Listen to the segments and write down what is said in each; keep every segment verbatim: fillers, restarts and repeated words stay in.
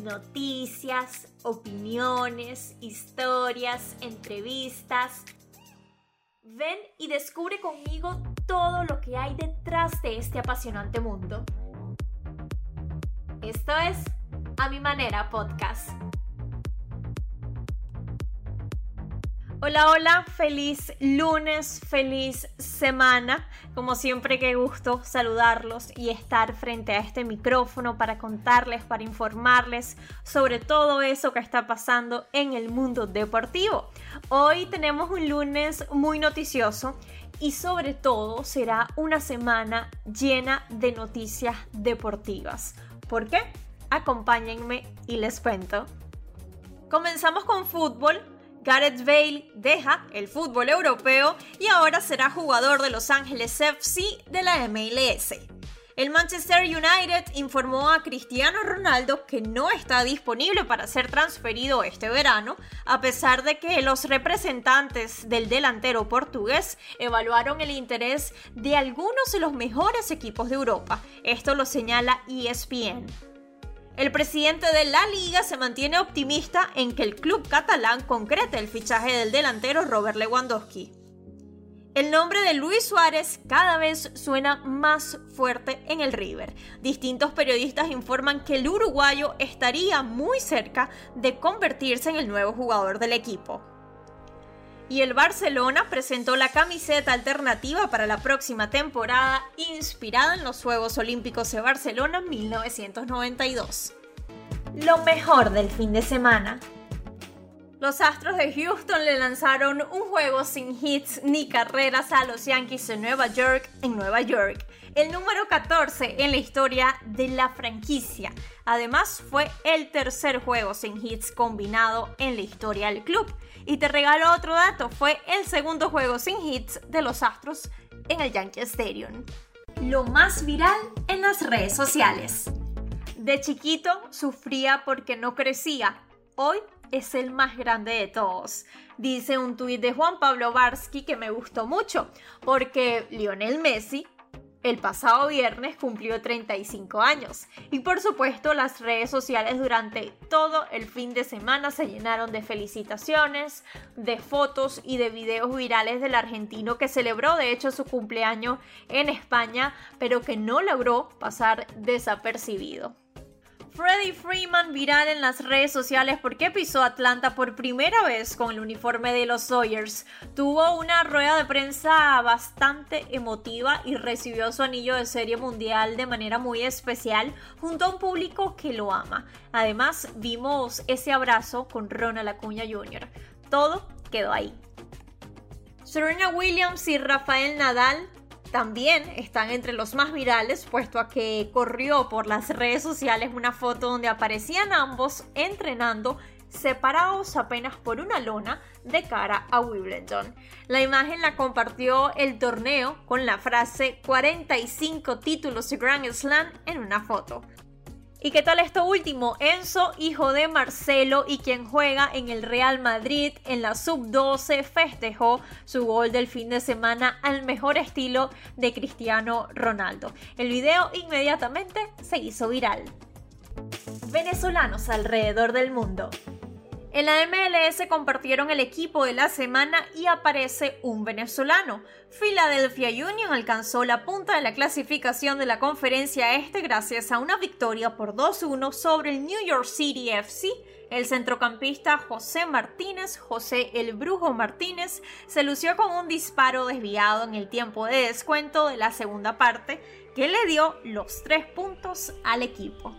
noticias, opiniones, historias, entrevistas. Ven y descubre conmigo todo lo que hay detrás de este apasionante mundo. Esto es A Mi Manera Podcast. Hola, hola, feliz lunes, feliz semana. Como siempre, qué gusto saludarlos y estar frente a este micrófono para contarles, para informarles sobre todo eso que está pasando en el mundo deportivo. Hoy tenemos un lunes muy noticioso y sobre todo será una semana llena de noticias deportivas. ¿Por qué? Acompáñenme y les cuento. Comenzamos con fútbol. Gareth Bale deja el fútbol europeo y ahora será jugador de Los Ángeles F C de la M L S. El Manchester United informó a Cristiano Ronaldo que no está disponible para ser transferido este verano, a pesar de que los representantes del delantero portugués evaluaron el interés de algunos de los mejores equipos de Europa. Esto lo señala E S P N. El presidente de la liga se mantiene optimista en que el club catalán concrete el fichaje del delantero Robert Lewandowski. El nombre de Luis Suárez cada vez suena más fuerte en el River. Distintos periodistas informan que el uruguayo estaría muy cerca de convertirse en el nuevo jugador del equipo. Y el Barcelona presentó la camiseta alternativa para la próxima temporada, inspirada en los Juegos Olímpicos de Barcelona mil novecientos noventa y dos. Lo mejor del fin de semana. Los Astros de Houston le lanzaron un juego sin hits ni carreras a los Yankees de Nueva York en Nueva York, el número catorce en la historia de la franquicia. Además, fue el tercer juego sin hits combinado en la historia del club. Y te regalo otro dato, fue el segundo juego sin hits de los Astros en el Yankee Stadium. Lo más viral en las redes sociales. De chiquito sufría porque no crecía. Hoy es el más grande de todos. Dice un tuit de Juan Pablo Varsky que me gustó mucho, porque Lionel Messi el pasado viernes cumplió treinta y cinco años. Y por supuesto, las redes sociales durante todo el fin de semana se llenaron de felicitaciones, de fotos y de videos virales del argentino que celebró de hecho su cumpleaños en España, pero que no logró pasar desapercibido. Freddie Freeman viral en las redes sociales porque pisó Atlanta por primera vez con el uniforme de los Dodgers. Tuvo una rueda de prensa bastante emotiva y recibió su anillo de Serie Mundial de manera muy especial junto a un público que lo ama. Además, vimos ese abrazo con Ronald Acuña junior Todo quedó ahí. Serena Williams y Rafael Nadal también están entre los más virales, puesto a que corrió por las redes sociales una foto donde aparecían ambos entrenando separados apenas por una lona de cara a Wimbledon. La imagen la compartió el torneo con la frase cuarenta y cinco títulos de Grand Slam en una foto. ¿Y qué tal esto último? Enzo, hijo de Marcelo y quien juega en el Real Madrid en la sub doce, festejó su gol del fin de semana al mejor estilo de Cristiano Ronaldo. El video inmediatamente se hizo viral. Venezolanos alrededor del mundo. En la M L S compartieron el equipo de la semana y aparece un venezolano. Philadelphia Union alcanzó la punta de la clasificación de la Conferencia Este gracias a una victoria por dos uno sobre el New York City F C. El centrocampista José Martínez, José el Brujo Martínez, se lució con un disparo desviado en el tiempo de descuento de la segunda parte que le dio los tres puntos al equipo.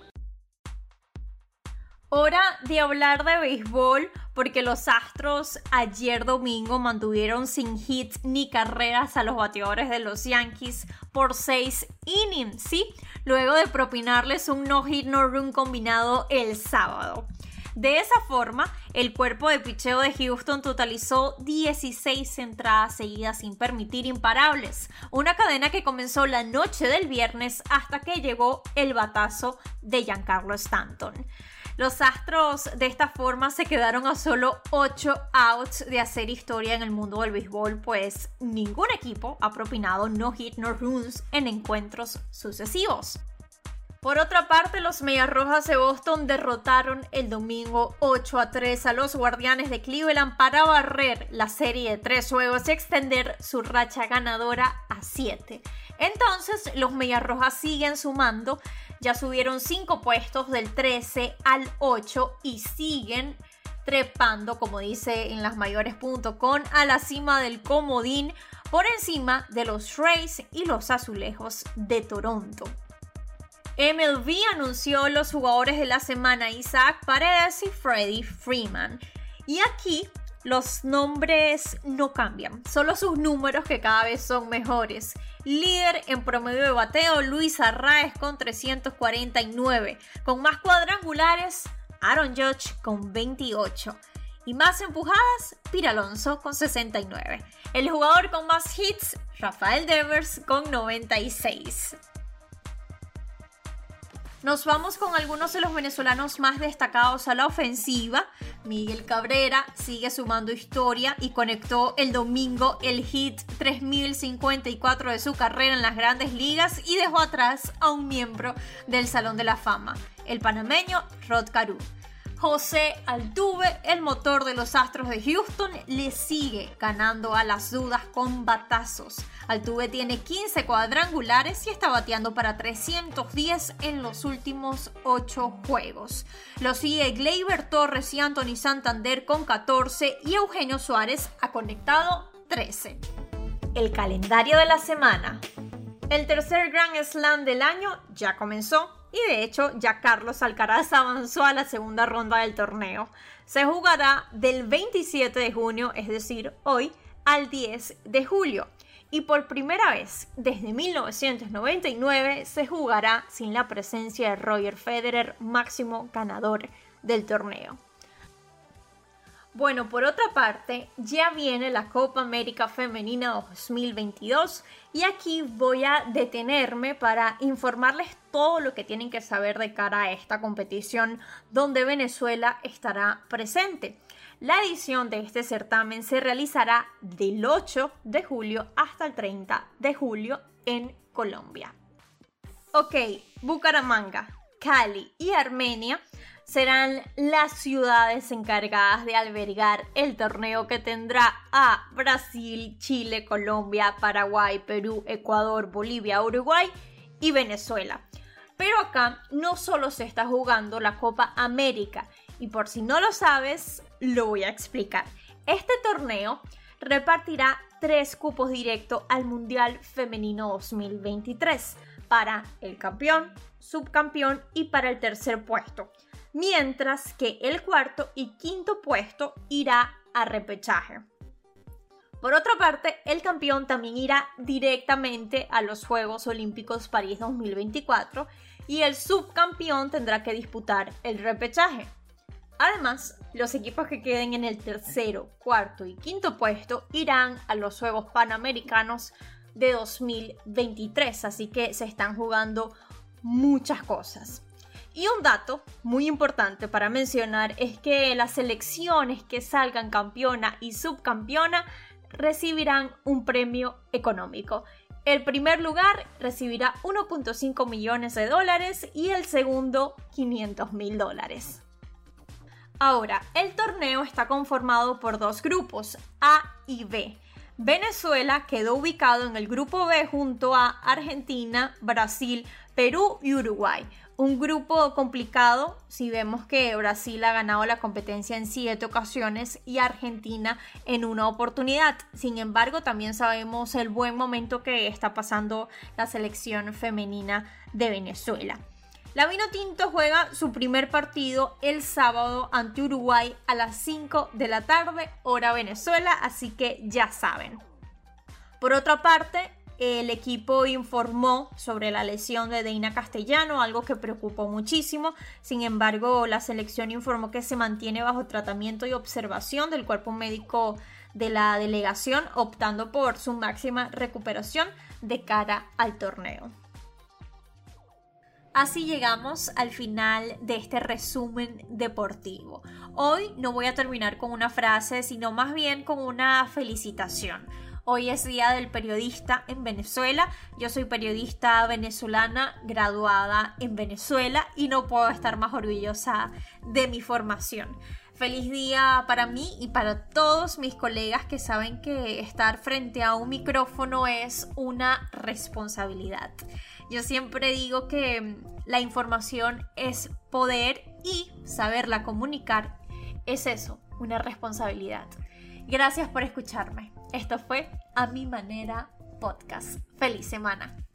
Hora de hablar de béisbol porque los Astros ayer domingo mantuvieron sin hits ni carreras a los bateadores de los Yankees por seis innings, ¿sí? Luego de propinarles un no-hit no-run combinado el sábado. De esa forma, el cuerpo de picheo de Houston totalizó dieciséis entradas seguidas sin permitir imparables, una cadena que comenzó la noche del viernes hasta que llegó el batazo de Giancarlo Stanton. Los Astros de esta forma se quedaron a solo ocho outs de hacer historia en el mundo del béisbol, pues ningún equipo ha propinado no hit no runs en encuentros sucesivos. Por otra parte, los Medias Rojas de Boston derrotaron el domingo ocho a tres a los Guardianes de Cleveland para barrer la serie de tres juegos y extender su racha ganadora a siete. Entonces, los Medias Rojas siguen sumando, ya subieron cinco puestos del trece al ocho y siguen trepando, como dice en lasmayores punto com, a la cima del comodín por encima de los Rays y los Azulejos de Toronto. M L B anunció los jugadores de la semana: Isaac Paredes y Freddie Freeman. Y aquí los nombres no cambian, solo sus números que cada vez son mejores. Líder en promedio de bateo, Luis Arraez con trescientos cuarenta y nueve. Con más cuadrangulares, Aaron Judge con veintiocho. Y más empujadas, Pete Alonso con sesenta y nueve. El jugador con más hits, Rafael Devers con noventa y seis. Nos vamos con algunos de los venezolanos más destacados a la ofensiva. Miguel Cabrera sigue sumando historia y conectó el domingo el hit tres mil cincuenta y cuatro de su carrera en las Grandes Ligas y dejó atrás a un miembro del Salón de la Fama, el panameño Rod Carew. José Altuve, el motor de los Astros de Houston, le sigue ganando a las dudas con batazos. Altuve tiene quince cuadrangulares y está bateando para trescientos diez en los últimos ocho juegos. Lo sigue Gleyber Torres y Anthony Santander con catorce y Eugenio Suárez ha conectado trece. El calendario de la semana. El tercer Grand Slam del año ya comenzó. Y de hecho, ya Carlos Alcaraz avanzó a la segunda ronda del torneo. Se jugará del veintisiete de junio, es decir, hoy, al diez de julio. Y por primera vez desde mil novecientos noventa y nueve se jugará sin la presencia de Roger Federer, máximo ganador del torneo. Bueno, por otra parte, ya viene la Copa América Femenina dos mil veintidós y aquí voy a detenerme para informarles todo lo que tienen que saber de cara a esta competición donde Venezuela estará presente. La edición de este certamen se realizará del ocho de julio hasta el treinta de julio en Colombia. Ok, Bucaramanga, Cali y Armenia serán las ciudades encargadas de albergar el torneo que tendrá a Brasil, Chile, Colombia, Paraguay, Perú, Ecuador, Bolivia, Uruguay y Venezuela. Pero acá no solo se está jugando la Copa América y por si no lo sabes, lo voy a explicar. Este torneo repartirá tres cupos directos al Mundial Femenino dos mil veintitrés para el campeón, subcampeón y para el tercer puesto. Mientras que el cuarto y quinto puesto irá a repechaje. Por otra parte, el campeón también irá directamente a los Juegos Olímpicos París dos mil veinticuatro y el subcampeón tendrá que disputar el repechaje. Además, los equipos que queden en el tercero, cuarto y quinto puesto irán a los Juegos Panamericanos de dos mil veintitrés, así que se están jugando muchas cosas. Y un dato muy importante para mencionar es que las selecciones que salgan campeona y subcampeona recibirán un premio económico. El primer lugar recibirá uno punto cinco millones de dólares y el segundo quinientos mil dólares. Ahora, el torneo está conformado por dos grupos, A y B. Venezuela quedó ubicado en el grupo B junto a Argentina, Brasil, Perú y Uruguay. Un grupo complicado si vemos que Brasil ha ganado la competencia en siete ocasiones y Argentina en una oportunidad. Sin embargo, también sabemos el buen momento que está pasando la selección femenina de Venezuela. La Vinotinto juega su primer partido el sábado ante Uruguay a las cinco de la tarde, hora Venezuela, así que ya saben. Por otra parte, el equipo informó sobre la lesión de Deina Castellano, algo que preocupó muchísimo. Sin embargo, la selección informó que se mantiene bajo tratamiento y observación del cuerpo médico de la delegación, optando por su máxima recuperación de cara al torneo. Así llegamos al final de este resumen deportivo. Hoy no voy a terminar con una frase, sino más bien con una felicitación. Hoy es Día del Periodista en Venezuela. Yo soy periodista venezolana graduada en Venezuela y no puedo estar más orgullosa de mi formación. Feliz día para mí y para todos mis colegas que saben que estar frente a un micrófono es una responsabilidad. Yo siempre digo que la información es poder y saberla comunicar es eso, una responsabilidad. Gracias por escucharme. Esto fue A Mi Manera Podcast. Feliz semana.